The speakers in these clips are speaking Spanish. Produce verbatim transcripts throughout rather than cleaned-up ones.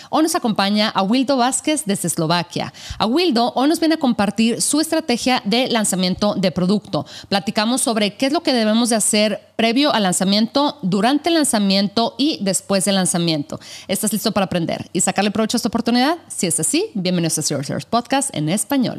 Hoy nos acompaña Awildo Vázquez desde Eslovaquia. Awildo hoy nos viene a compartir su estrategia de lanzamiento de producto. Platicamos sobre qué es lo que debemos de hacer previo al lanzamiento, durante el lanzamiento y después del lanzamiento. ¿Estás listo para aprender y sacarle provecho a esta oportunidad? Si es así, bienvenidos a Zero Sellers Podcast en español.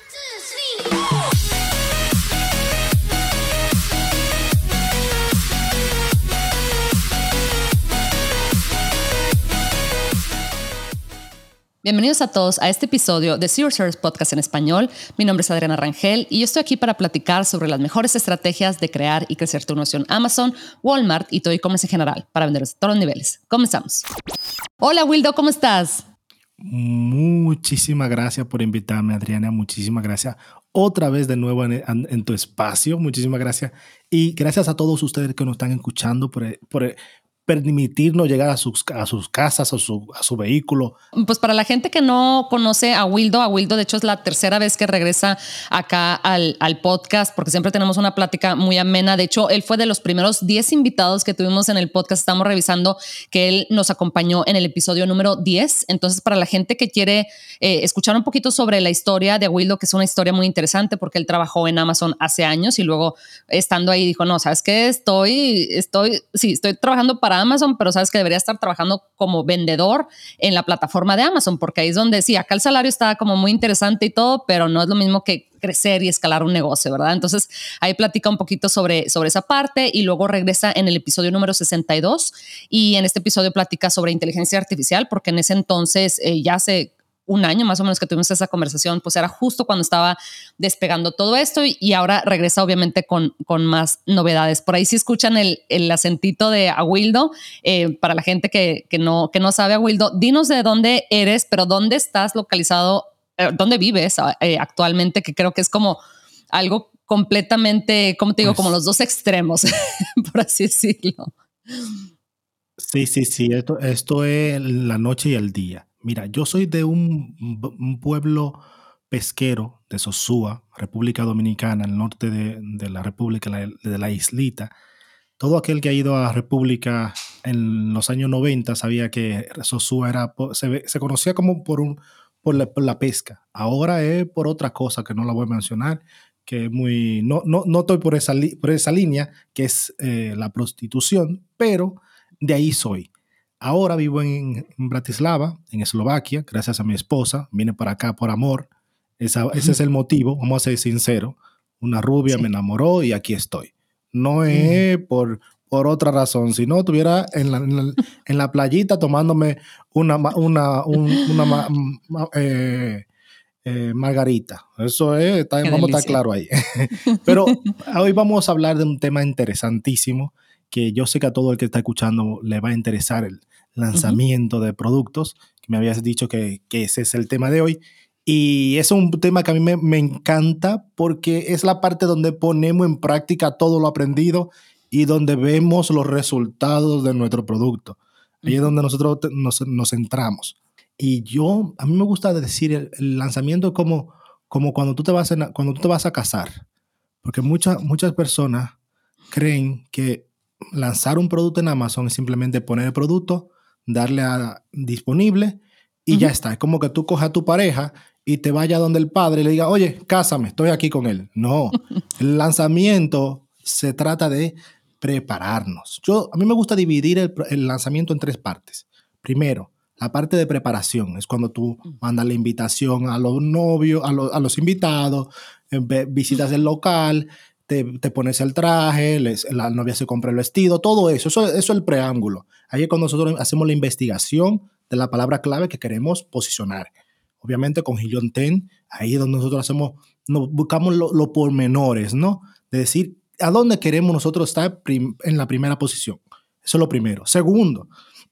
Bienvenidos a todos a este episodio de Zero Sellers Podcast en español. Mi nombre es Adriana Rangel y yo estoy aquí para platicar sobre las mejores estrategias de crear y crecer tu negocio en Amazon, Walmart y todo e-commerce en general para vender a todos los niveles. Comenzamos. Hola, Wildo, ¿cómo estás? Muchísimas gracias por invitarme, Adriana. Muchísimas gracias otra vez de nuevo en, en, en tu espacio. Muchísimas gracias. Y gracias a todos ustedes que nos están escuchando por, por permitirnos llegar a sus, a sus casas, a su, a su vehículo. Pues para la gente que no conoce a Wildo, a Wildo de hecho es la tercera vez que regresa acá al, al podcast porque siempre tenemos una plática muy amena. De hecho, él fue de los primeros diez invitados que tuvimos en el podcast. Estamos revisando que él nos acompañó en el episodio número diez. Entonces, para la gente que quiere eh, escuchar un poquito sobre la historia de Wildo, que es una historia muy interesante porque él trabajó en Amazon hace años y luego estando ahí dijo, no, ¿sabes qué? Estoy, estoy, sí, estoy trabajando para Amazon, pero sabes que debería estar trabajando como vendedor en la plataforma de Amazon, porque ahí es donde sí, acá el salario está como muy interesante y todo, pero no es lo mismo que crecer y escalar un negocio, ¿verdad? Entonces ahí platica un poquito sobre, sobre esa parte y luego regresa en el episodio número sesenta y dos y en este episodio platica sobre inteligencia artificial, porque en ese entonces eh, ya se un año más o menos que tuvimos esa conversación, pues era justo cuando estaba despegando todo esto y, y ahora regresa obviamente con, con más novedades. Por ahí sí escuchan el, el acentito de Awildo, eh, para la gente que, que, no, que no sabe Awildo, dinos de dónde eres, pero dónde estás localizado, eh, dónde vives eh, actualmente, que creo que es como algo completamente, ¿cómo te digo? Pues, como los dos extremos, por así decirlo. Sí, sí, sí, esto, esto es la noche y el día. Mira, yo soy de un, un pueblo pesquero de Sosúa, República Dominicana, el norte de, de la República, la, de la islita. Todo aquel que ha ido a República en los años noventa sabía que Sosúa era, se, se conocía como por, un, por, la, por la pesca. Ahora es por otra cosa que no la voy a mencionar, que es muy, no, no, no estoy por esa, por esa línea, que es eh, la prostitución, pero de ahí soy. Ahora vivo en, en Bratislava, en Eslovaquia, gracias a mi esposa. Vine para acá por amor. Esa, ese es el motivo, vamos a ser sinceros. Una rubia sí. Me enamoró y aquí estoy. No es mm. por, por otra razón. Si no, estuviera en la, en la, en la playita tomándome una, una, un, una ma, ma, eh, eh, margarita. Eso es, está, vamos delicia. A estar claro ahí. Pero hoy vamos a hablar de un tema interesantísimo que yo sé que a todo el que está escuchando le va a interesar, el lanzamiento uh-huh. de productos, que me habías dicho que, que ese es el tema de hoy. Y es un tema que a mí me, me encanta porque es la parte donde ponemos en práctica todo lo aprendido y donde vemos los resultados de nuestro producto. Ahí uh-huh. es donde nosotros nos, nos centramos. Y yo, a mí me gusta decir el, el lanzamiento es como, como cuando, tú te vas a, cuando tú te vas a casar. Porque muchas muchas personas creen que lanzar un producto en Amazon es simplemente poner el producto, darle a disponible y uh-huh. ya está. Es como que tú cojas a tu pareja y te vayas donde el padre y le diga, oye, cásame, estoy aquí con él. No, el lanzamiento se trata de prepararnos. Yo, a mí me gusta dividir el, el lanzamiento en tres partes. Primero, la parte de preparación. Es cuando tú mandas la invitación a los novios, a, lo, a los invitados, eh, visitas el local, Te, te pones el traje, les, la novia se compra el vestido, todo eso, eso, eso es el preámbulo. Ahí es cuando nosotros hacemos la investigación de la palabra clave que queremos posicionar. Obviamente con Helium diez, ahí es donde nosotros hacemos, nos buscamos los lo pormenores, ¿no? De decir, ¿a dónde queremos nosotros estar prim, en la primera posición? Eso es lo primero. Segundo,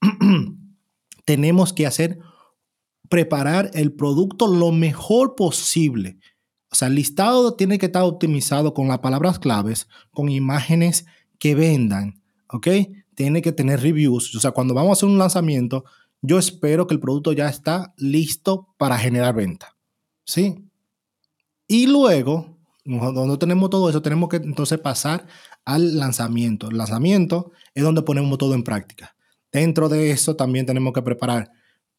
tenemos que hacer, preparar el producto lo mejor posible. O sea, el listado tiene que estar optimizado con las palabras claves, con imágenes que vendan, ¿ok? Tiene que tener reviews. O sea, cuando vamos a hacer un lanzamiento, yo espero que el producto ya está listo para generar venta, ¿sí? Y luego, cuando tenemos todo eso, tenemos que entonces pasar al lanzamiento. El lanzamiento es donde ponemos todo en práctica. Dentro de eso también tenemos que preparar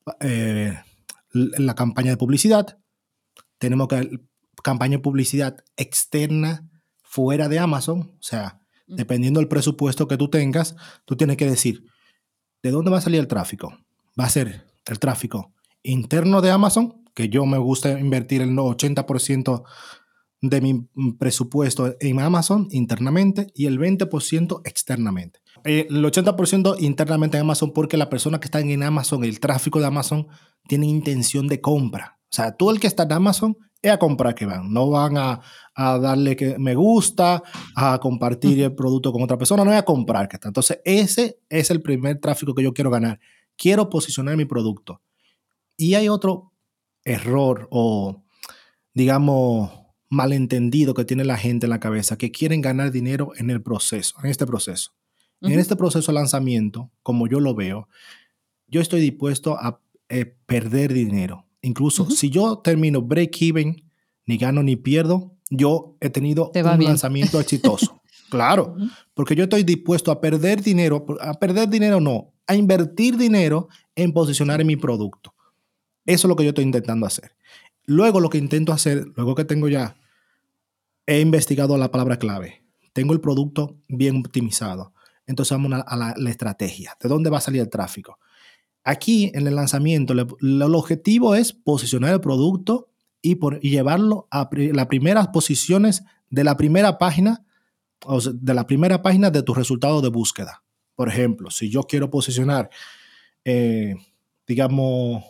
eh, la campaña de publicidad, tenemos que campaña de publicidad externa fuera de Amazon, o sea, dependiendo del presupuesto que tú tengas, tú tienes que decir, ¿de dónde va a salir el tráfico? Va a ser el tráfico interno de Amazon, que yo me gusta invertir el ochenta por ciento de mi presupuesto en Amazon internamente y el veinte por ciento externamente. El ochenta por ciento internamente en Amazon porque las personas que están en Amazon, el tráfico de Amazon, tienen intención de compra. O sea, todo el que está en Amazon es a comprar que van. No van a, a darle que me gusta, a compartir el producto con otra persona, no es a comprar que está. Entonces, ese es el primer tráfico que yo quiero ganar. Quiero posicionar mi producto. Y hay otro error o, digamos, malentendido que tiene la gente en la cabeza, que quieren ganar dinero en el proceso, en este proceso. Uh-huh. En este proceso de lanzamiento, como yo lo veo, yo estoy dispuesto a eh, perder dinero. Incluso uh-huh. si yo termino break-even, ni gano ni pierdo, yo he tenido un bien. lanzamiento exitoso. Claro, uh-huh. porque yo estoy dispuesto a perder dinero, a perder dinero no, a invertir dinero en posicionar mi producto. Eso es lo que yo estoy intentando hacer. Luego lo que intento hacer, luego que tengo ya, he investigado la palabra clave, tengo el producto bien optimizado, entonces vamos a, a la, la estrategia, ¿de dónde va a salir el tráfico? Aquí en el lanzamiento, le, le, el objetivo es posicionar el producto y, por, y llevarlo a pri, las primeras posiciones de la primera página, o sea, de la primera página de tu resultado de búsqueda. Por ejemplo, si yo quiero posicionar, eh, digamos,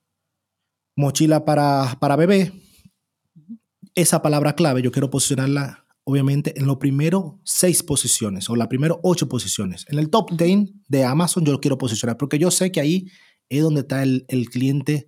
mochila para, para bebé, esa palabra clave yo quiero posicionarla obviamente en los primeros seis posiciones o las primeras ocho posiciones. En el top diez de Amazon yo lo quiero posicionar porque yo sé que ahí es donde está el, el cliente,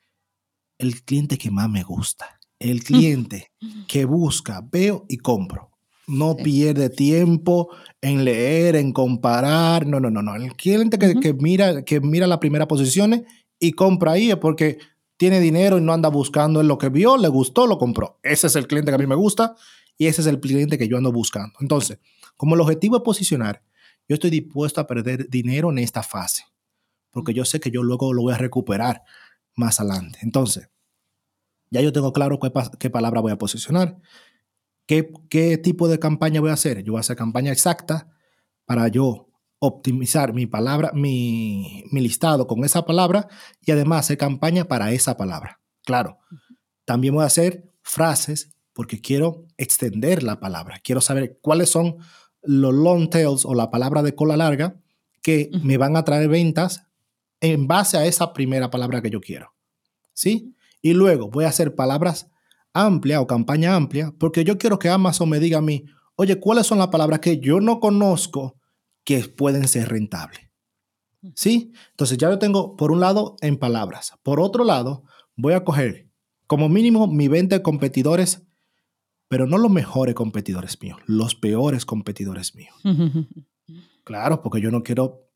el cliente que más me gusta, el cliente que busca, veo y compro. No sí. pierde tiempo en leer, en comparar, no, no, no, no. El cliente que, uh-huh. que, mira, que mira las primeras posiciones y compra ahí es porque tiene dinero y no anda buscando en lo que vio, le gustó, lo compró. Ese es el cliente que a mí me gusta y ese es el cliente que yo ando buscando. Entonces, como el objetivo es posicionar, yo estoy dispuesto a perder dinero en esta fase porque yo sé que yo luego lo voy a recuperar más adelante. Entonces, ya yo tengo claro qué, qué palabra voy a posicionar, qué, qué tipo de campaña voy a hacer. Yo voy a hacer campaña exacta para yo optimizar mi palabra, mi, mi listado con esa palabra y además hacer campaña para esa palabra. Claro, también voy a hacer frases porque quiero extender la palabra. Quiero saber cuáles son los long tails o la palabra de cola larga que uh-huh. me van a traer ventas en base a esa primera palabra que yo quiero. ¿Sí? Y luego voy a hacer palabras amplias o campaña amplia porque yo quiero que Amazon me diga a mí, oye, ¿cuáles son las palabras que yo no conozco que pueden ser rentables? ¿Sí? Entonces ya yo tengo, por un lado, en palabras. Por otro lado, voy a coger como mínimo mis veinte competidores, pero no los mejores competidores míos, los peores competidores míos. Claro, porque yo no quiero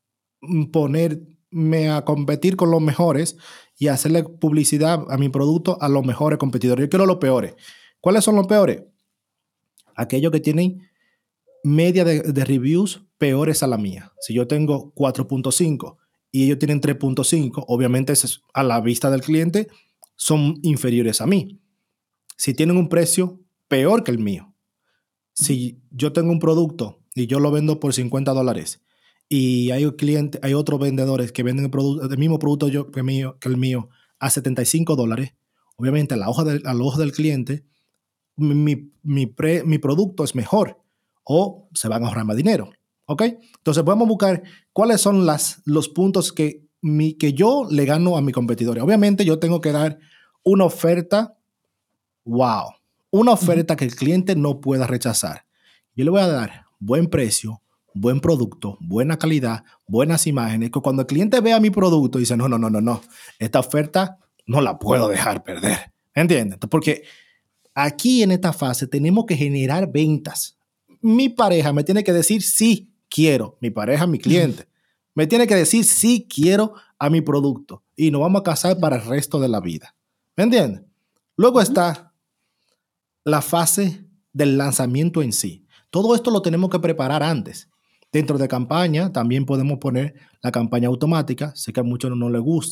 ponerme a competir con los mejores y hacerle publicidad a mi producto a los mejores competidores. Yo quiero los peores. ¿Cuáles son los peores? Aquellos que tienen media de, de reviews peores a la mía. Si yo tengo cuatro punto cinco y ellos tienen tres punto cinco, obviamente a la vista del cliente son inferiores a mí. Si tienen un precio peor que el mío. Si yo tengo un producto y yo lo vendo por cincuenta dólares y hay, cliente, hay otros vendedores que venden el, producto, el mismo producto yo, que, mío, que el mío a setenta y cinco dólares, obviamente a la hoja del, a la hoja del cliente mi, mi, pre, mi producto es mejor o se van a ahorrar más dinero. ¿Ok? Entonces podemos buscar cuáles son las, los puntos que, mi, que yo le gano a mi competidor. Obviamente yo tengo que dar una oferta, wow, una oferta uh-huh. que el cliente no pueda rechazar. Yo le voy a dar buen precio, buen producto, buena calidad, buenas imágenes, que cuando el cliente vea mi producto dice, no, no, no, no, no, esta oferta no la puedo dejar perder. ¿Entiendes? Porque aquí en esta fase tenemos que generar ventas. Mi pareja me tiene que decir sí quiero, mi pareja, mi cliente, me tiene que decir sí quiero a mi producto y nos vamos a casar para el resto de la vida. ¿Me entiendes? Luego está la fase del lanzamiento en sí. Todo esto lo tenemos que preparar antes. Dentro de campaña también podemos poner la campaña automática. Sé que a muchos no les gusta,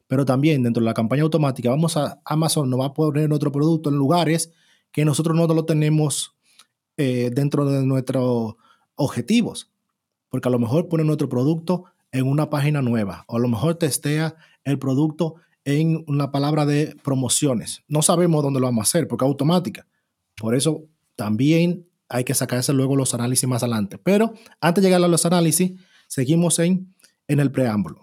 pero también dentro de la campaña automática vamos a Amazon nos va a poner nuestro producto en lugares que nosotros no lo tenemos eh, dentro de nuestros objetivos, porque a lo mejor pone nuestro producto en una página nueva, o a lo mejor testea el producto en una palabra de promociones. No sabemos dónde lo vamos a hacer porque es automática. Por eso también hay que sacarse luego los análisis más adelante. Pero antes de llegar a los análisis, seguimos en, en el preámbulo.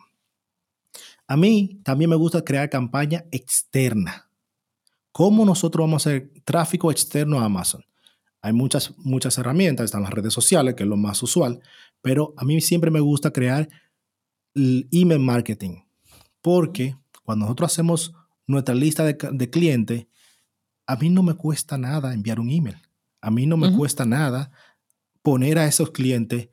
A mí también me gusta crear campaña externa. ¿Cómo nosotros vamos a hacer tráfico externo a Amazon? Hay muchas, muchas herramientas, están las redes sociales, que es lo más usual, pero a mí siempre me gusta crear el email marketing, porque cuando nosotros hacemos nuestra lista de, de clientes, a mí no me cuesta nada enviar un email. A mí no me uh-huh. cuesta nada poner a esos clientes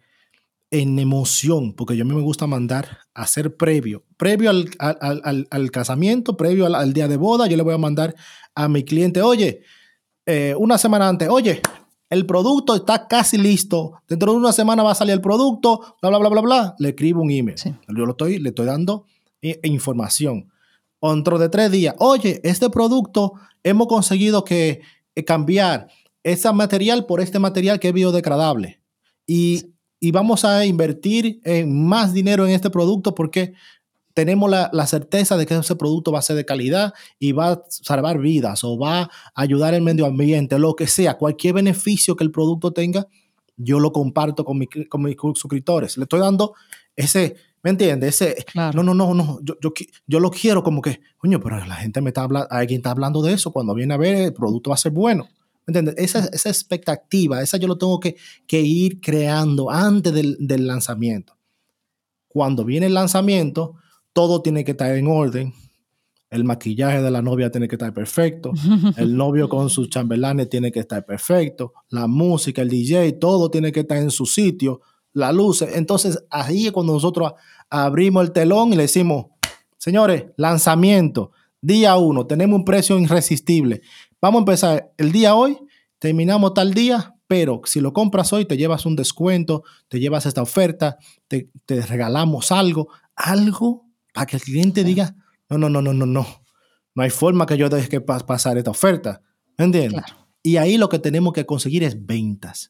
en emoción, porque yo a mí me gusta mandar a hacer previo, previo al, al, al, al casamiento, previo al, al día de boda, yo le voy a mandar a mi cliente, oye, eh, una semana antes, oye, el producto está casi listo, dentro de una semana va a salir el producto, bla, bla, bla, bla, bla, le escribo un email. Sí. Yo lo estoy, le estoy dando eh, información. Dentro de tres días, oye, este producto hemos conseguido que eh, cambiar ese material por este material que es biodegradable. Y, sí. y vamos a invertir en más dinero en este producto porque tenemos la, la certeza de que ese producto va a ser de calidad y va a salvar vidas o va a ayudar al medio ambiente, lo que sea, cualquier beneficio que el producto tenga, yo lo comparto con, mi, con mis suscriptores. Le estoy dando ese, ¿me entiendes? Ese, claro. No, no, no, no, yo, yo, yo lo quiero como que, coño, pero la gente me está hablando, alguien está hablando de eso, cuando viene a ver el producto va a ser bueno. ¿Me entiendes? Esa, esa expectativa, esa yo lo tengo que, que ir creando antes del, del lanzamiento. Cuando viene el lanzamiento, todo tiene que estar en orden. El maquillaje de la novia tiene que estar perfecto. El novio con sus chambelanes tiene que estar perfecto. La música, el D J, todo tiene que estar en su sitio. Las luces. Entonces, ahí es cuando nosotros abrimos el telón y le decimos, señores, lanzamiento, día uno, tenemos un precio irresistible. Vamos a empezar el día hoy, terminamos tal día, pero si lo compras hoy, te llevas un descuento, te llevas esta oferta, te, te regalamos algo, algo para que el cliente sí. diga, no, no, no, no, no, no. No hay forma que yo deje que pas- pasar esta oferta. ¿Me entiendes? Claro. Y ahí lo que tenemos que conseguir es ventas.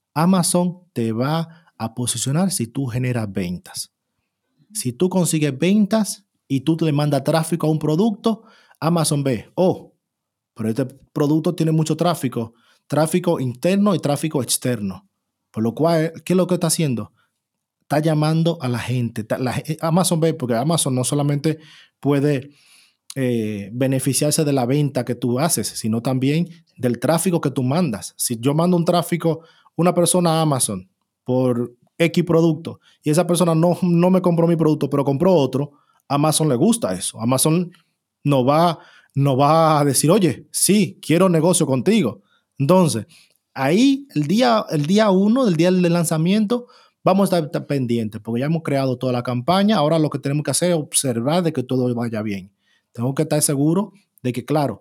Amazon te va a posicionar si tú generas ventas. Si tú consigues ventas y tú le mandas tráfico a un producto, Amazon ve, oh, pero este producto tiene mucho tráfico. Tráfico interno y tráfico externo. Por lo cual, ¿qué es lo que está haciendo? Está llamando a la gente. La, Amazon ve, porque Amazon no solamente puede eh, beneficiarse de la venta que tú haces, sino también del tráfico que tú mandas. Si yo mando un tráfico, una persona a Amazon por X producto y esa persona no, no me compró mi producto, pero compró otro, Amazon le gusta eso. Amazon no va, no va a decir, oye, sí, quiero negocio contigo. Entonces, ahí el día, el día uno, el día del lanzamiento, vamos a estar pendientes porque ya hemos creado toda la campaña. Ahora lo que tenemos que hacer es observar de que todo vaya bien. Tengo que estar seguro de que, claro,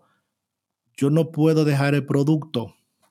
yo no puedo dejar el producto.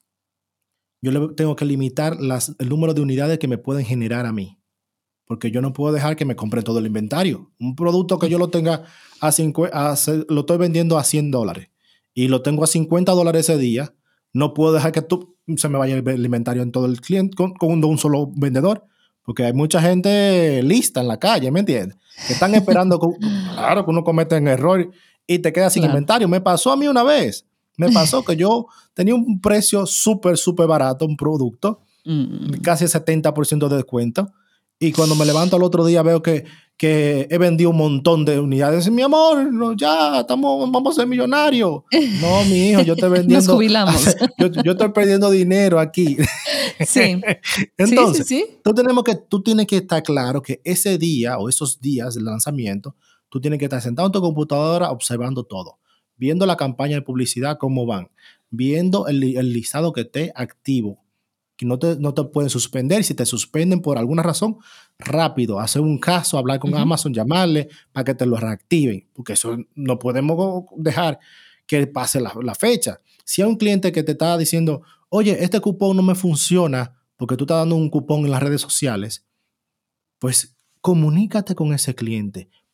Yo le tengo que limitar las, el número de unidades que me pueden generar a mí. Porque yo no puedo dejar que me compren todo el inventario. Un producto que yo lo tenga a cincuenta, a, lo estoy vendiendo a cien dólares y lo tengo a cincuenta dólares ese día, no puedo dejar que tú, se me vaya el inventario en todo el cliente con, con un solo vendedor. Porque hay mucha gente lista en la calle, ¿me entiendes? Que están esperando, que, claro, que uno cometa un error y te queda sin claro. inventario. Me pasó a mí una vez. Me pasó que yo tenía un precio súper, súper barato, un producto, mm. casi setenta por ciento de descuento. Y cuando me levanto al otro día veo que, que he vendido un montón de unidades. Mi amor, no, ya estamos, vamos a ser millonarios. No, mi hijo, yo estoy vendiendo. Nos jubilamos. yo, yo estoy perdiendo dinero aquí. Sí. Entonces, sí, sí, sí. Tú, tenemos que, tú tienes que estar claro que ese día o esos días del lanzamiento, tú tienes que estar sentado en tu computadora observando todo, viendo la campaña de publicidad, cómo van, viendo el, el listado que esté activo, que no te, no te pueden suspender. Si te suspenden por alguna razón, rápido, hacer un caso, hablar con uh-huh. Amazon, llamarle para que te lo reactiven, porque eso no podemos dejar que pase la, la fecha. Si hay un cliente que te está diciendo, oye, este cupón no me funciona porque tú estás dando un cupón en las redes sociales, pues comunícate con ese cliente,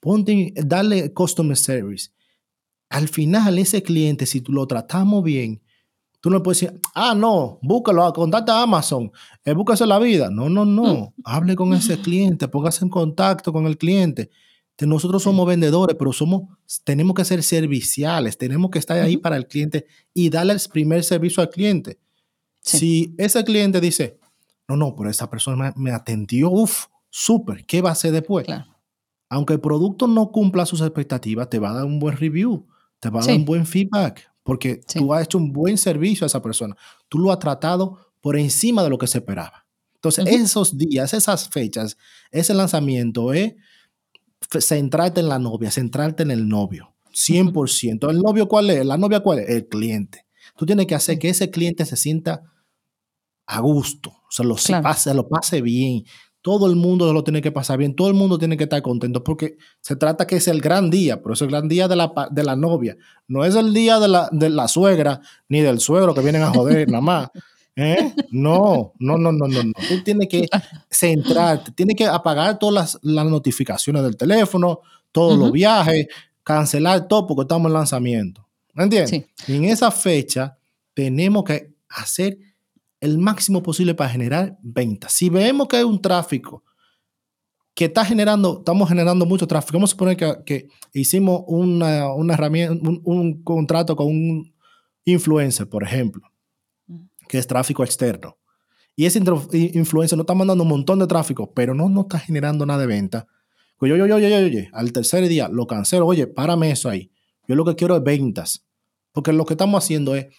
ponte, dale customer service. Al final, ese cliente, si tú lo tratamos bien, tú no le puedes decir, ah, no, búscalo, contacta a Amazon, eh, búscase la vida. No, no, no. Hable con ese cliente, póngase en contacto con el cliente. Nosotros somos sí. vendedores, pero somos, tenemos que ser serviciales, tenemos que estar ahí uh-huh. para el cliente y darle el primer servicio al cliente. Sí. Si ese cliente dice, no, no, pero esa persona me, me atendió, uff, súper, ¿qué va a hacer después? Claro. Aunque el producto no cumpla sus expectativas, te va a dar un buen review, te va a sí. dar un buen feedback, porque sí. tú has hecho un buen servicio a esa persona. Tú lo has tratado por encima de lo que se esperaba. Entonces, uh-huh. esos días, esas fechas, ese lanzamiento es centrarte en la novia, centrarte en el novio, cien por ciento. ¿El novio cuál es? ¿La novia cuál es? El cliente. Tú tienes que hacer que ese cliente se sienta a gusto, se lo, claro. pase, lo pase bien. Todo el mundo lo tiene que pasar bien, todo el mundo tiene que estar contento, porque se trata que es el gran día, pero es el gran día de la, de la novia. No es el día de la, de la suegra, ni del suegro que vienen a joder nada más. ¿Eh? No, no, no, no, no, no. Tú tienes que centrarte, tienes que apagar todas las, las notificaciones del teléfono, todos uh-huh. los viajes, cancelar todo porque estamos en lanzamiento. ¿Me entiendes? Sí. Y en esa fecha tenemos que hacer el máximo posible para generar ventas. Si vemos que hay un tráfico que está generando, estamos generando mucho tráfico, vamos a suponer que, que hicimos una, una herramienta, un, un contrato con un influencer, por ejemplo, que es tráfico externo. Y ese influencer nos está mandando un montón de tráfico, pero no nos está generando nada de venta. Pues yo, yo, yo, yo, yo, yo, al tercer día lo cancelo. Oye, párame eso ahí. Yo lo que quiero es ventas. Porque lo que estamos haciendo es,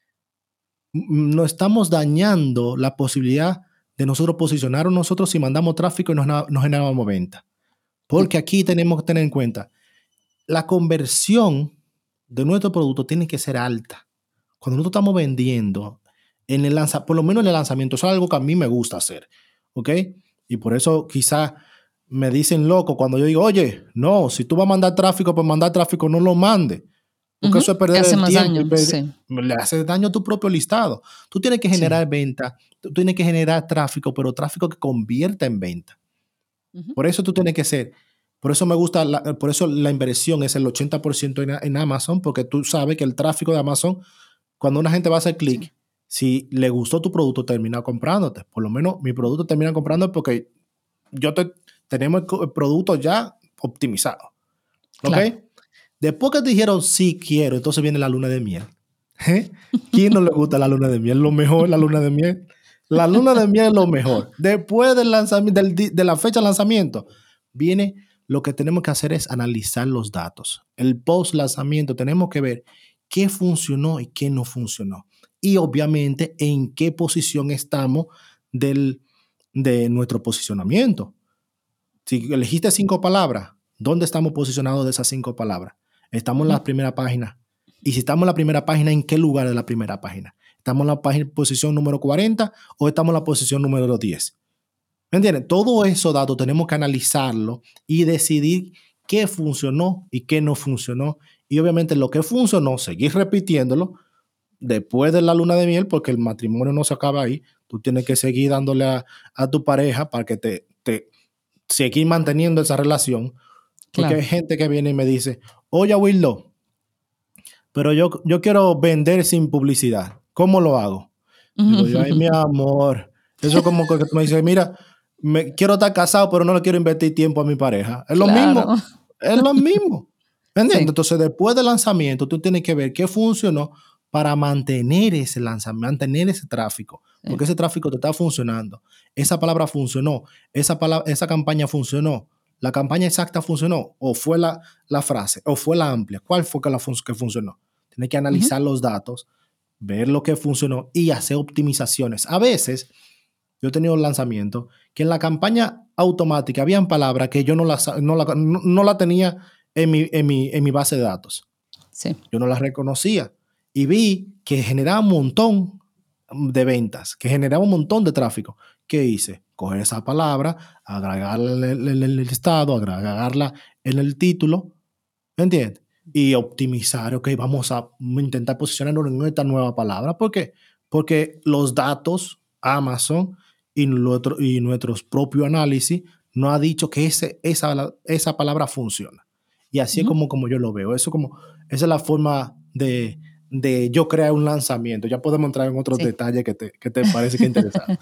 nos estamos dañando la posibilidad de nosotros posicionar nosotros si mandamos tráfico y nos, nos generamos venta. Porque aquí tenemos que tener en cuenta, la conversión de nuestro producto tiene que ser alta. Cuando nosotros estamos vendiendo, en el lanza, por lo menos en el lanzamiento, eso es algo que a mí me gusta hacer, ¿ok? Y por eso quizás me dicen loco cuando yo digo, oye, no, si tú vas a mandar tráfico, pues mandar tráfico, no lo mandes. Porque uh-huh. eso es perder hace el más tiempo. Daño, perder, sí. Le hace daño a tu propio listado. Tú tienes que generar sí. venta, tú tienes que generar tráfico, pero tráfico que convierta en venta. Uh-huh. Por eso tú tienes que ser, por eso me gusta, la, por eso la inversión es el ochenta por ciento en, en Amazon, porque tú sabes que el tráfico de Amazon, cuando una gente va a hacer clic, sí. si le gustó tu producto, termina comprándote. Por lo menos mi producto termina comprando porque yo te, tenemos el producto ya optimizado. ¿Ok? Claro. Después que te dijeron sí quiero, entonces viene la luna de miel. ¿Eh? ¿Quién no le gusta la luna de miel? Lo mejor la luna de miel. La luna de miel es lo mejor. Después del lanzamiento, del, de la fecha de lanzamiento, viene lo que tenemos que hacer es analizar los datos. El post lanzamiento tenemos que ver qué funcionó y qué no funcionó. Y obviamente en qué posición estamos del, de nuestro posicionamiento. Si elegiste cinco palabras, ¿dónde estamos posicionados de esas cinco palabras? Estamos en la primera página. Y si estamos en la primera página, ¿en qué lugar de la primera página? ¿Estamos en la página, posición número cuarenta o estamos en la posición número diez? ¿Me entienden? Todos esos datos tenemos que analizarlo y decidir qué funcionó y qué no funcionó. Y obviamente lo que funcionó, seguir repitiéndolo después de la luna de miel, porque el matrimonio no se acaba ahí. Tú tienes que seguir dándole a, a tu pareja para que te, te seguir manteniendo esa relación. Porque claro. hay gente que viene y me dice, oye, Wildo, pero yo, yo quiero vender sin publicidad. ¿Cómo lo hago? Uh-huh. Digo yo, ay, mi amor. Eso es como que tú me dices, mira, me, quiero estar casado, pero no le quiero invertir tiempo a mi pareja. Es lo claro. mismo. Es lo mismo. ¿Entiendes? Sí. Entonces, después del lanzamiento, tú tienes que ver qué funcionó para mantener ese lanzamiento, mantener ese tráfico. Sí. Porque ese tráfico te está funcionando. Esa palabra funcionó. Esa, palabra, esa campaña funcionó. La campaña exacta funcionó. O fue la, la frase. O fue la amplia. ¿Cuál fue que, la fun- que funcionó? Tienes que analizar uh-huh. los datos, ver lo que funcionó y hacer optimizaciones. A veces, yo he tenido lanzamientos que en la campaña automática habían palabras que yo no la, no la, no, no la tenía en mi, en, mi, en mi base de datos. Sí. Yo no las reconocía. Y vi que generaba un montón de ventas, que generaba un montón de tráfico. ¿Qué hice? Coger esa palabra, agregarla en el, en el listado, agregarla en el título, ¿me entiendes? Y optimizar, ok, vamos a intentar posicionarnos en esta nueva palabra. ¿Por qué? Porque los datos, Amazon y, nuestro, y nuestros propios análisis no ha dicho que ese, esa, esa palabra funciona. Y así uh-huh. es como, como yo lo veo. Eso como, esa es la forma de, de yo crear un lanzamiento. Ya podemos entrar en otros sí. detalles que te, que te parece que interesante.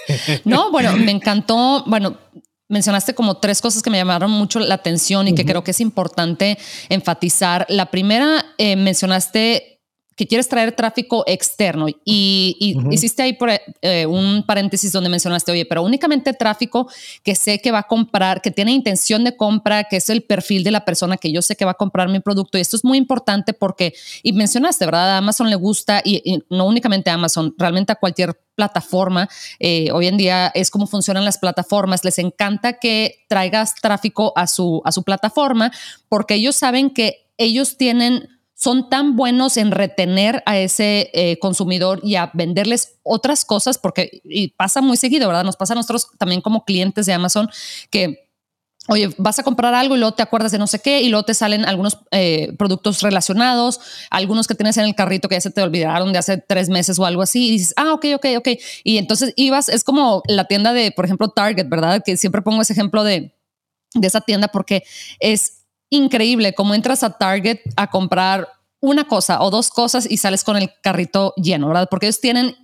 No, bueno, me encantó. Bueno, mencionaste como tres cosas que me llamaron mucho la atención y uh-huh. que creo que es importante enfatizar. La primera, eh, mencionaste que quieres traer tráfico externo y, y uh-huh. hiciste ahí por, eh, un paréntesis donde mencionaste, oye, pero únicamente tráfico que sé que va a comprar, que tiene intención de compra, que es el perfil de la persona que yo sé que va a comprar mi producto. Y esto es muy importante porque, y mencionaste, ¿verdad? A Amazon le gusta, y, y no únicamente a Amazon, realmente a cualquier plataforma. Eh, hoy en día es como funcionan las plataformas. Les encanta que traigas tráfico a su, a su plataforma porque ellos saben que ellos tienen... son tan buenos en retener a ese eh, consumidor y a venderles otras cosas, porque y pasa muy seguido, ¿verdad? Nos pasa a nosotros también como clientes de Amazon que, oye, vas a comprar algo y luego te acuerdas de no sé qué y luego te salen algunos eh, productos relacionados, algunos que tienes en el carrito que ya se te olvidaron de hace tres meses o algo así y dices, ah, ok, ok, ok. Y entonces ibas, es como la tienda de, por ejemplo, Target, ¿verdad? Que siempre pongo ese ejemplo de, de esa tienda porque es increíble cómo entras a Target a comprar una cosa o dos cosas y sales con el carrito lleno, ¿verdad? Porque ellos tienen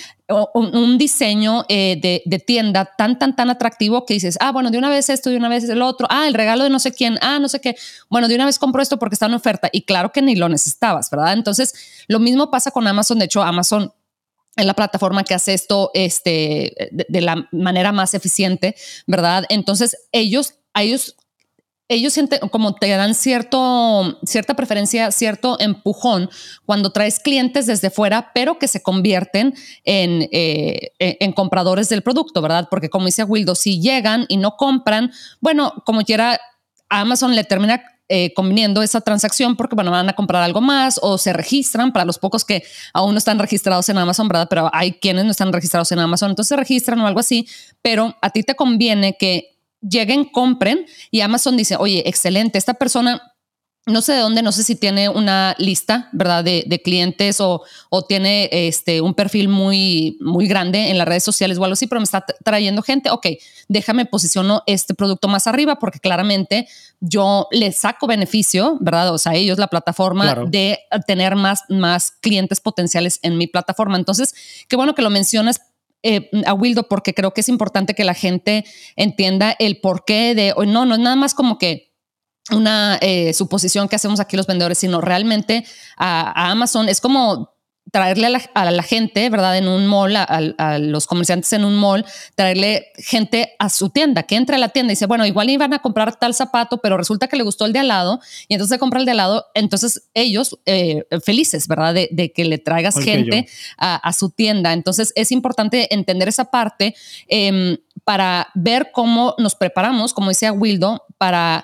un, un diseño eh, de, de tienda tan, tan, tan atractivo que dices, ah, bueno, de una vez esto, de una vez el otro, ah, el regalo de no sé quién, ah, no sé qué, bueno, de una vez compro esto porque está en oferta y claro que ni lo necesitabas, ¿verdad? Entonces, lo mismo pasa con Amazon. De hecho, Amazon es la plataforma que hace esto este, de, de la manera más eficiente, ¿verdad? Entonces, ellos, a ellos... ellos sienten, como te dan cierto, cierta preferencia, cierto empujón cuando traes clientes desde fuera, pero que se convierten en, eh, en compradores del producto, ¿verdad? Porque como dice Wildo, si llegan y no compran, bueno, como quiera, a Amazon le termina eh, conviniendo esa transacción porque, bueno, van a comprar algo más o se registran para los pocos que aún no están registrados en Amazon, ¿verdad? Pero hay quienes no están registrados en Amazon, entonces se registran o algo así, pero a ti te conviene que lleguen, compren y Amazon dice, oye, excelente, esta persona no sé de dónde, no sé si tiene una lista, ¿verdad? De, de clientes o, o tiene este, un perfil muy, muy grande en las redes sociales o algo así, pero me está trayendo gente. Ok, déjame posiciono este producto más arriba porque claramente yo les saco beneficio, ¿verdad? O sea, ellos, la plataforma, claro, de tener más, más clientes potenciales en mi plataforma. Entonces, qué bueno que lo mencionas, Eh, a Wildo, porque creo que es importante que la gente entienda el porqué de, no, no es nada más como que una eh, suposición que hacemos aquí los vendedores, sino realmente a, a Amazon es como traerle a la, a la gente, ¿verdad? En un mall, a, a los comerciantes en un mall, traerle gente a su tienda, que entre a la tienda y dice, bueno, igual iban a comprar tal zapato, pero resulta que le gustó el de al lado y entonces compra el de al lado. Entonces ellos eh, felices, ¿verdad? De, de que le traigas okay, gente a, a su tienda. Entonces es importante entender esa parte eh, para ver cómo nos preparamos, como decía Wildo, para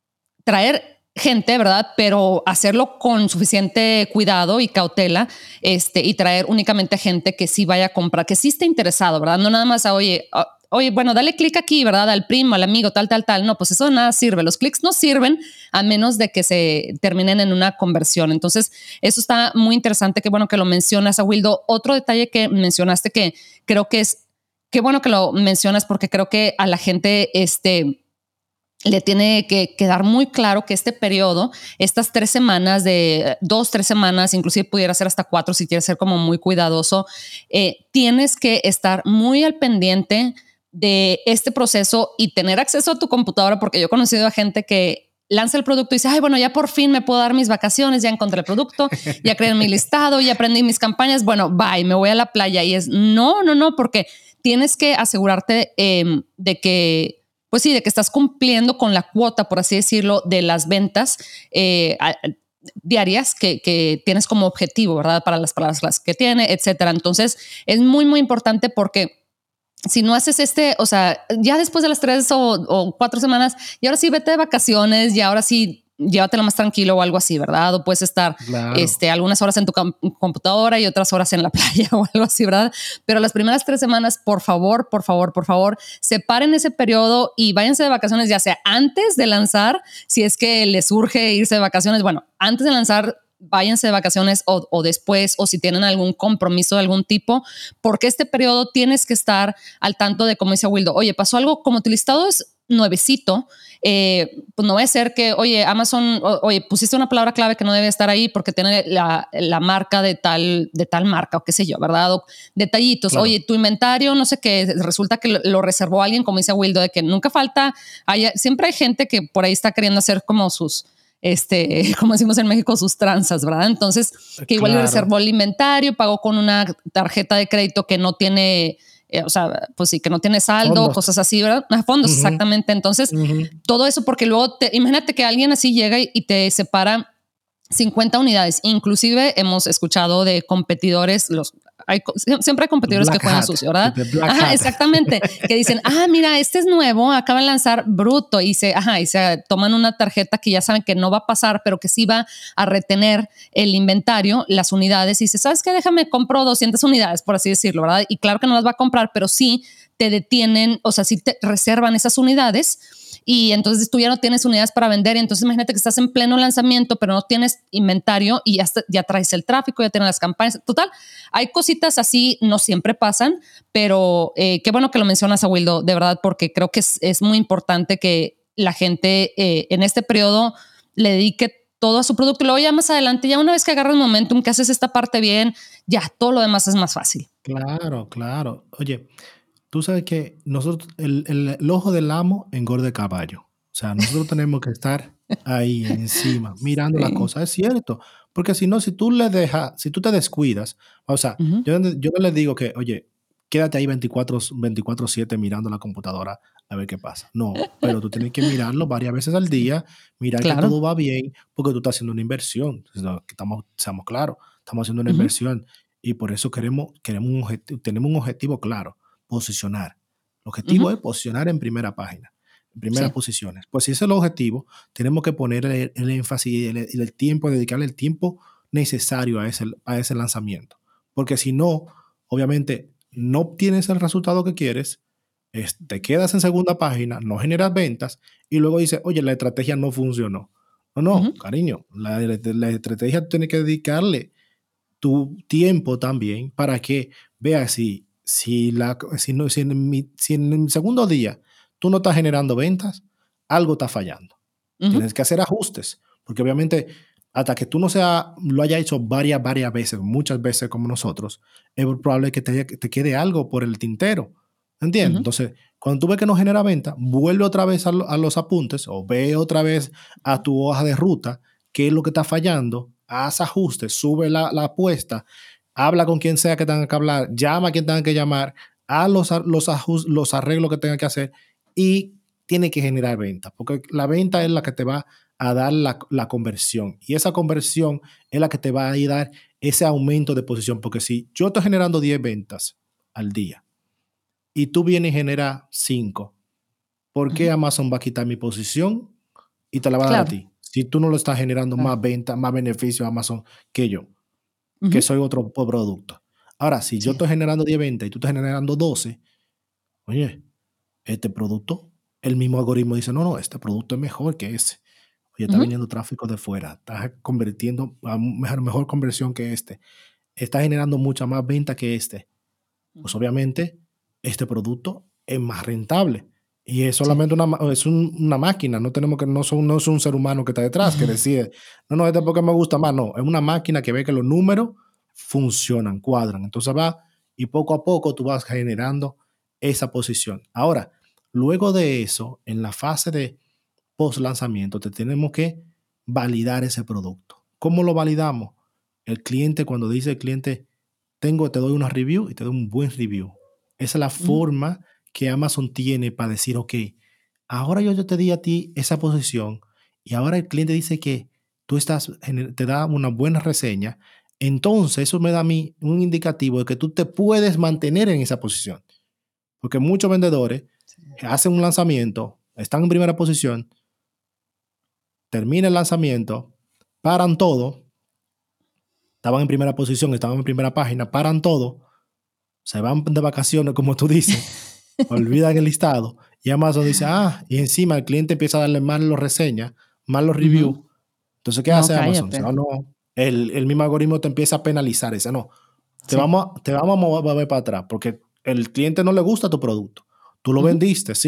traer gente, ¿verdad? Pero hacerlo con suficiente cuidado y cautela, este, y traer únicamente gente que sí vaya a comprar, que sí esté interesado, ¿verdad? No nada más a, oye, a, oye, bueno, dale clic aquí, ¿verdad? Al primo, al amigo, tal, tal, tal. No, pues eso de nada sirve. Los clics no sirven a menos de que se terminen en una conversión. Entonces, eso está muy interesante. Qué bueno que lo mencionas, a Wildo. Otro detalle que mencionaste que creo que es, qué bueno que lo mencionas porque creo que a la gente, este, le tiene que quedar muy claro que este periodo, estas tres semanas de dos, tres semanas, inclusive pudiera ser hasta cuatro si quieres ser como muy cuidadoso, eh, tienes que estar muy al pendiente de este proceso y tener acceso a tu computadora, porque yo he conocido a gente que lanza el producto y dice, ay, bueno, ya por fin me puedo dar mis vacaciones, ya encontré el producto, ya creé mi listado, ya aprendí mis campañas, bueno, bye, me voy a la playa. Y es, no, no, no, porque tienes que asegurarte eh, de que pues sí, de que estás cumpliendo con la cuota, por así decirlo, de las ventas eh, a, diarias que, que tienes como objetivo, ¿verdad? Para las palabras que tiene, etcétera. Entonces, es muy, muy importante porque si no haces este, o sea, ya después de las tres o, o cuatro semanas, y ahora sí vete de vacaciones y ahora sí llévatela más tranquilo o algo así, ¿verdad? O puedes estar claro. este, algunas horas en tu computadora y otras horas en la playa o algo así, ¿verdad? Pero las primeras tres semanas, por favor, por favor, por favor, separen ese periodo y váyanse de vacaciones, ya sea antes de lanzar, si es que les urge irse de vacaciones, bueno, antes de lanzar, váyanse de vacaciones o, o después, o si tienen algún compromiso de algún tipo, porque este periodo tienes que estar al tanto de, como dice Wildo, oye, pasó algo, como tu listado es nuevecito, eh, pues no va a ser que, oye, Amazon, o, oye, pusiste una palabra clave que no debe estar ahí porque tiene la, la marca de tal, de tal marca o qué sé yo, ¿verdad? O detallitos, Claro. oye, tu inventario, no sé qué, resulta que lo, lo reservó alguien, como dice Wildo, de que nunca falta, haya, siempre hay gente que por ahí está queriendo hacer como sus, este, como decimos en México, sus tranzas, ¿verdad? Entonces, Eh, que igual le Claro. reservó el inventario, pagó con una tarjeta de crédito que no tiene, eh, o sea, pues sí, que no tiene saldo, Fondos. cosas así, ¿verdad? A fondos, Ujú, exactamente. Entonces, ujú. todo eso porque luego, te, imagínate que alguien así llega y, y te separa cincuenta unidades. Inclusive hemos escuchado de competidores, los hay, siempre hay competidores que Black juegan Hat. sucio, ¿verdad? The Black Ajá, Hat. exactamente. Que dicen, ah, mira, este es nuevo, acaba de lanzar bruto y se, ajá, y se toman una tarjeta que ya saben que no va a pasar, pero que sí va a retener el inventario, las unidades y dice, ¿sabes qué? Déjame, compro doscientas unidades, por así decirlo, ¿verdad? Y claro que no las va a comprar, pero sí te detienen, o sea, sí te reservan esas unidades y entonces tú ya no tienes unidades para vender y entonces imagínate que estás en pleno lanzamiento pero no tienes inventario y ya, está, ya traes el tráfico, ya tienes las campañas, total, hay cositas así, no siempre pasan, pero eh, qué bueno que lo mencionas, Wildo, de verdad, porque creo que es, es muy importante que la gente eh, en este periodo le dedique todo a su producto y luego ya más adelante, ya una vez que agarras momentum, que haces esta parte bien, ya todo lo demás es más fácil. Claro, claro. Oye, tú sabes que nosotros, el, el- el ojo del amo engorda el caballo. O sea, nosotros tenemos que estar ahí encima, mirando las Sí. cosas. Es cierto. Porque si no, si tú le dejas, si tú te descuidas, o sea, Uh-huh. yo, yo no les digo que, oye, quédate ahí veinticuatro siete mirando la computadora a ver qué pasa. No, pero tú tienes que mirarlo varias veces al Sí. día, mirar que Claro. todo va bien, porque tú estás haciendo una inversión. No, que estamos, seamos claros, estamos haciendo una Uh-huh. inversión y por eso queremos, queremos un objetivo, tenemos un objetivo claro, posicionar. El objetivo Uh-huh. es posicionar en primera página, en primeras Sí. posiciones. Pues si ese es el objetivo, tenemos que poner el, el énfasis y el, el, el tiempo, dedicarle el tiempo necesario a ese, a ese lanzamiento. Porque si no, obviamente no obtienes el resultado que quieres, es, te quedas en segunda página, no generas ventas y luego dices, oye, la estrategia no funcionó. No, Uh-huh. no, cariño, la, la estrategia tiene que dedicarle tu tiempo también para que veas si, si, la, si, no, si, en mi, si en el segundo día tú no estás generando ventas, algo está fallando. Uh-huh. Tienes que hacer ajustes, porque obviamente hasta que tú no sea, lo hayas hecho varias, varias veces, muchas veces como nosotros, es probable que te, te quede algo por el tintero. ¿Entiendes? Uh-huh. Entonces, cuando tú ves que no genera venta, vuelve otra vez a, lo, a los apuntes o ve otra vez a tu hoja de ruta, qué es lo que está fallando, haz ajustes, sube la, la apuesta, habla con quien sea que tenga que hablar, llama a quien tenga que llamar, haz los, los, ajust, los arreglos que tenga que hacer y tiene que generar venta, porque la venta es la que te va a dar la, la conversión y esa conversión es la que te va a dar ese aumento de posición, porque si yo estoy generando diez ventas al día y tú vienes y generas cinco, ¿por qué Uh-huh. Amazon va a quitar mi posición y te la va a dar a Claro. ti? Si tú no lo estás generando Claro. más venta, más beneficio a Amazon que yo, que Uh-huh. soy otro producto. Ahora, si yo Sí. estoy generando diez ventas y tú estás generando doce, oye, este producto, el mismo algoritmo dice, no, no, este producto es mejor que ese. Oye, está Uh-huh. viniendo tráfico de fuera, está convirtiendo a mejor, mejor conversión que este, está generando mucha más venta que este. Pues Uh-huh. obviamente este producto es más rentable. Y es Sí. solamente una, es un, una máquina, no tenemos que, no, son, no es un ser humano que está detrás, que decide, no, no, este es porque me gusta más, no, es una máquina que ve que los números funcionan, cuadran. Entonces va y poco a poco tú vas generando esa posición. Ahora, luego de eso, en la fase de post lanzamiento, te tenemos que validar ese producto. ¿Cómo lo validamos? El cliente, cuando dice el cliente, tengo, te doy una review y te doy un buen review. Esa es la Uh-huh. forma que Amazon tiene para decir, ok, ahora yo, yo te di a ti esa posición y ahora el cliente dice que tú estás, te da una buena reseña, entonces eso me da a mí un indicativo de que tú te puedes mantener en esa posición. Porque muchos vendedores Sí. hacen un lanzamiento, están en primera posición, termina el lanzamiento, paran todo, estaban en primera posición, estaban en primera página, paran todo, se van de vacaciones, como tú dices, olvidan el listado y Amazon dice, ah, y encima el cliente empieza a darle malos reseñas, malos Uh-huh. reviews. Entonces, ¿qué No, hace Amazon? Dice, cállate. ah, no, el, el mismo algoritmo te empieza a penalizar. Dice, no, te Sí. vamos, te vamos a mover para atrás porque el cliente no le gusta tu producto. Tú lo Uh-huh. vendiste, sí,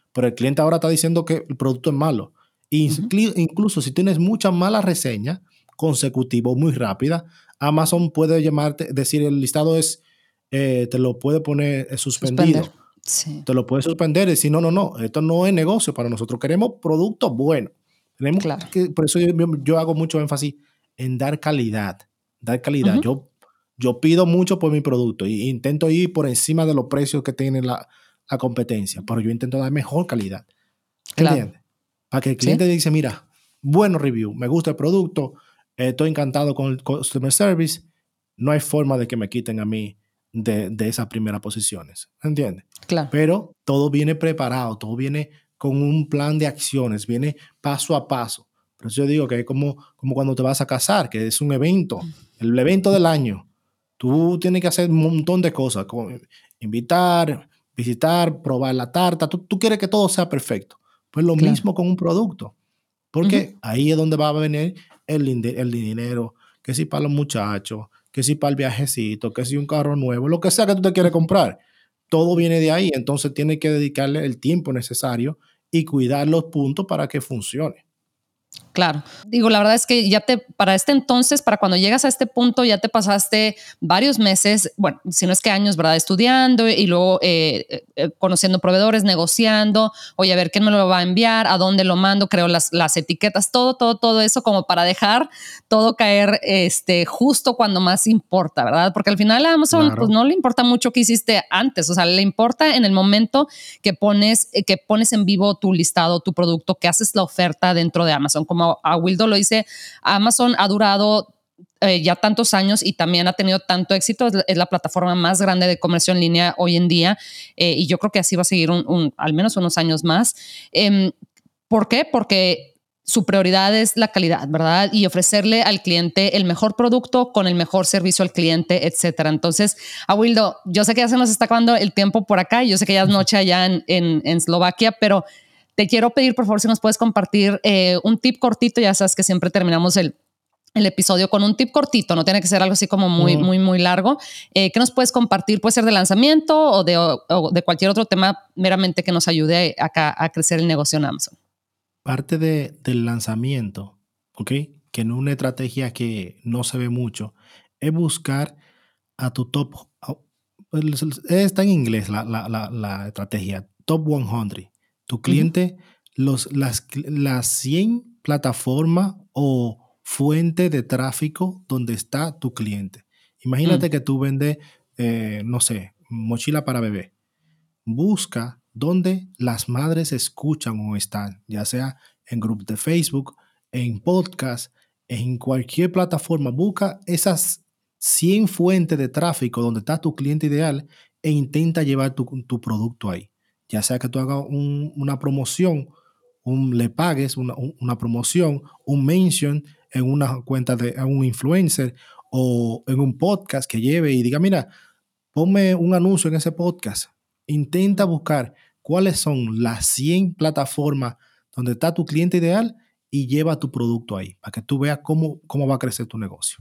pero el cliente ahora está diciendo que el producto es malo. Inclu- Ujú. Incluso si tienes muchas malas reseñas consecutivas muy rápidas, Amazon puede llamarte, decir el listado es, eh, te lo puede poner eh, Suspender. suspendido, Sí, te lo puede suspender y decir, no, no, no, esto no es negocio para nosotros, queremos productos buenos. Tenemos claro. que, por eso yo, yo hago mucho énfasis en dar calidad, dar calidad. Ujú. Yo, yo pido mucho por mi producto e intento ir por encima de los precios que tiene la, la competencia, pero yo intento dar mejor calidad. Claro. ¿Entiendes? Para que el cliente Sí, dice, mira, bueno review, me gusta el producto, eh, estoy encantado con el customer service, no hay forma de que me quiten a mí de, de esas primeras posiciones. ¿Entiendes? claro. Pero todo viene preparado, todo viene con un plan de acciones, viene paso a paso. Por eso yo digo que es como, como cuando te vas a casar, que es un evento, el evento del año. Tú tienes que hacer un montón de cosas, como invitar, visitar, probar la tarta. Tú, tú quieres que todo sea perfecto. Pues lo Claro. mismo con un producto, Ujú. porque ahí es donde va a venir el, inde- el dinero, que si para los muchachos, que si para el viajecito, que si un carro nuevo, lo que sea que tú te quieres Ujú. comprar. Todo viene de ahí, entonces tienes que dedicarle el tiempo necesario y cuidar los puntos para que funcione. Claro. Digo, la verdad es que ya te, para este entonces, para cuando llegas a este punto, ya te pasaste varios meses, bueno, si no es que años, ¿verdad? Estudiando y luego eh, eh, conociendo proveedores, negociando, oye, a ver quién me lo va a enviar, a dónde lo mando, creo las, las etiquetas, todo, todo, todo eso como para dejar todo caer este, justo cuando más importa, ¿verdad? Porque al final a Amazon pues Claro, no le importa mucho qué hiciste antes, o sea, le importa en el momento que pones, eh, que pones en vivo tu listado, tu producto, que haces la oferta dentro de Amazon. Como a Wildo lo dice, Amazon ha durado eh, ya tantos años y también ha tenido tanto éxito, es la, es la plataforma más grande de comercio en línea hoy en día eh, y yo creo que así va a seguir un, un, al menos unos años más. Eh, ¿Por qué? Porque su prioridad es la calidad, ¿verdad? Y ofrecerle al cliente el mejor producto con el mejor servicio al cliente, etcétera. Entonces, Awildo, yo sé que ya se nos está acabando el tiempo por acá, yo sé que ya es noche allá en, en, en Eslovaquia, pero te quiero pedir, por favor, si nos puedes compartir eh, un tip cortito, ya sabes que siempre terminamos el, el episodio con un tip cortito, no tiene que ser algo así como muy, mm, muy, muy largo. Eh, ¿Qué nos puedes compartir? Puede ser de lanzamiento o de, o, o de cualquier otro tema meramente que nos ayude acá a crecer el negocio en Amazon. parte de, del lanzamiento, ¿ok? Que en una estrategia que no se ve mucho, es buscar a tu top, a- pues, está en inglés la, la, la, la estrategia, top cien. Tu Uh -huh. cliente, los, las, las cien plataformas o fuente de tráfico donde está tu cliente. Mm. Imagínate que tú vendes, eh, no sé, mochila para bebé. Busca donde las madres escuchan o están, ya sea en grupos de Facebook, en podcast, en cualquier plataforma. Busca esas cien fuentes de tráfico donde está tu cliente ideal e intenta llevar tu, tu producto ahí. Ya sea que tú hagas un- una promoción, un, le pagues una, un- una promoción, un mention en una cuenta de a un influencer o en un podcast que lleve y diga, mira, ponme un anuncio en ese podcast. Intenta buscar cuáles son las cien plataformas donde está tu cliente ideal y lleva tu producto ahí para que tú veas cómo, cómo va a crecer tu negocio.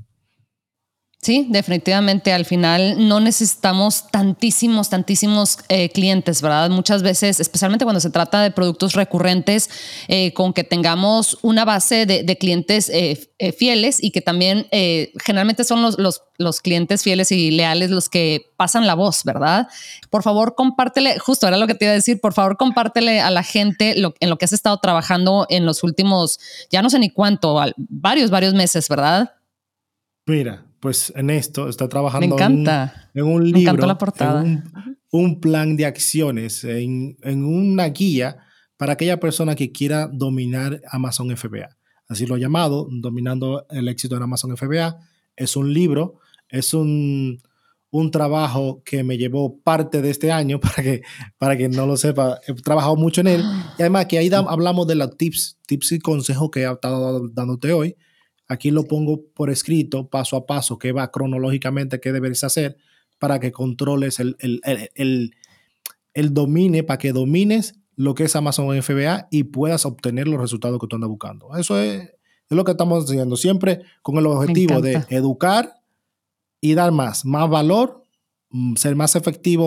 Sí, definitivamente. Al final no necesitamos tantísimos, tantísimos eh, clientes, ¿verdad? Muchas veces, especialmente cuando se trata de productos recurrentes, eh, con que tengamos una base de, de clientes eh, eh, fieles y que también eh, generalmente son los, los, los clientes fieles y leales los que pasan la voz, ¿verdad? Por favor, compártele, justo era lo que te iba a decir, por favor, compártele a la gente lo, en lo que has estado trabajando en los últimos, ya no sé ni cuánto, varios, varios meses, ¿verdad? Mira, pues en esto está Me trabajando en un, encanta. en un Me encantó la libro, en portada. un, un plan de acciones, en, en una guía para aquella persona que quiera dominar Amazon F B A. Así lo he llamado, Dominando el éxito en Amazon F B A. Es un libro, es un, un trabajo que me llevó parte de este año, para que, para que no lo sepa, he trabajado mucho en él. Y además que ahí da, hablamos de los tips, tips y consejos que he estado dándote hoy. Aquí lo pongo por escrito, paso a paso, que va cronológicamente, qué debes hacer para que controles el, el, el, el, el domine, para que domines lo que es Amazon F B A y puedas obtener los resultados que tú andas buscando. Eso es, es lo que estamos haciendo, siempre con el Me objetivo de encanta. educar y dar más, más valor, ser más efectivo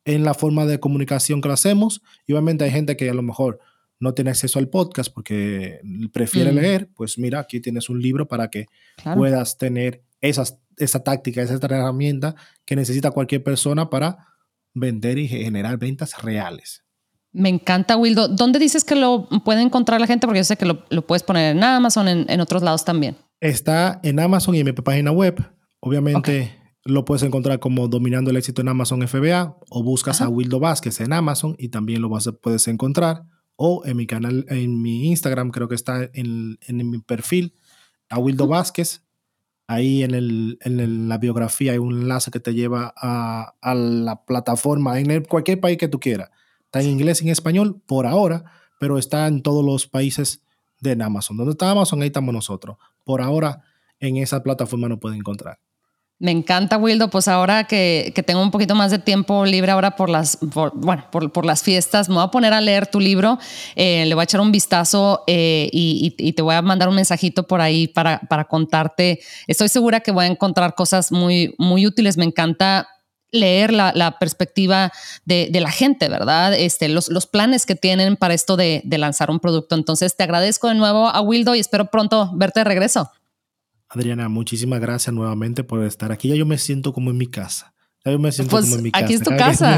en la forma de comunicación que lo hacemos. Y obviamente hay gente que a lo mejor no tiene acceso al podcast porque prefiere Mm, leer, pues mira, aquí tienes un libro para que claro. puedas tener esas, esa táctica, esa herramienta que necesita cualquier persona para vender y generar ventas reales. Me encanta, Wildo. ¿Dónde dices que lo puede encontrar la gente? Porque yo sé que lo, lo puedes poner en Amazon, en, en otros lados también. Está en Amazon y en mi página web. Ok. Obviamente lo puedes encontrar como Dominando el Éxito en Amazon F B A, o buscas a Ajá. Wildo Vázquez en Amazon y también lo vas a, puedes encontrar. O en mi canal, en mi Instagram, creo que está en, en mi perfil, a Wildo Ujú. Vázquez. Ahí en, el, en el- la biografía hay un enlace que te lleva a, a la plataforma en el- cualquier país que tú quieras. Está en Sí. inglés y en español por ahora, pero está en todos los países de Amazon. ¿Dónde está Amazon? Ahí estamos nosotros. Por ahora, en esa plataforma no pueden encontrar. Me encanta, Wildo. Pues ahora que, que tengo un poquito más de tiempo libre ahora por las, por, bueno, por, por las fiestas, me voy a poner a leer tu libro. Eh, le voy a echar un vistazo eh, y, y, y te voy a mandar un mensajito por ahí para, para contarte. Estoy segura que voy a encontrar cosas muy, muy útiles. Me encanta leer la, la perspectiva de, de la gente, ¿verdad? Este, los, los planes que tienen para esto de, de lanzar un producto. Entonces te agradezco de nuevo a Wildo y espero pronto verte de regreso. Adriana, muchísimas gracias nuevamente por estar aquí. Ya yo me siento como en mi casa. Ya yo me siento como Pues en mi aquí es casa. tu casa.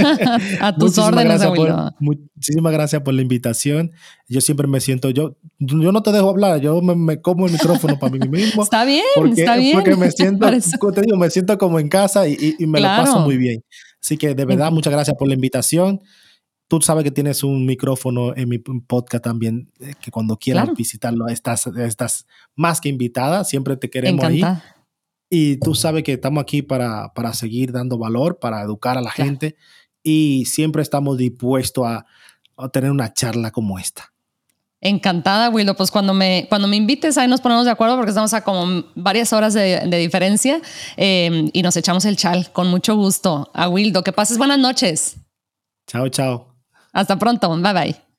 A tus Muchísimas órdenes, gracias por, Abuelo. muchísimas gracias por la invitación. Yo siempre me siento, yo, yo no te dejo hablar, yo me, me como el micrófono para mí mismo, Está bien, porque, está bien. porque me siento, Para eso. como te digo, me siento como en casa y, y- y me lo paso muy Claro. bien. Así que de Me verdad, encanta. muchas gracias por la invitación. Tú sabes que tienes un micrófono en mi podcast también, eh, que cuando quieras Claro. visitarlo, estás, estás más que invitada, siempre te queremos ahí. Encantada. Y tú sabes que estamos aquí para, para seguir dando valor, para educar a la Claro. gente y siempre estamos dispuestos a, a tener una charla como esta. Encantada, Wildo. Pues cuando me, cuando me invites, ahí nos ponemos de acuerdo porque estamos a como varias horas de, de diferencia eh, y nos echamos el chal con mucho gusto. A Wildo, que pases buenas noches. Chao, chao. Hasta pronto. Bye bye.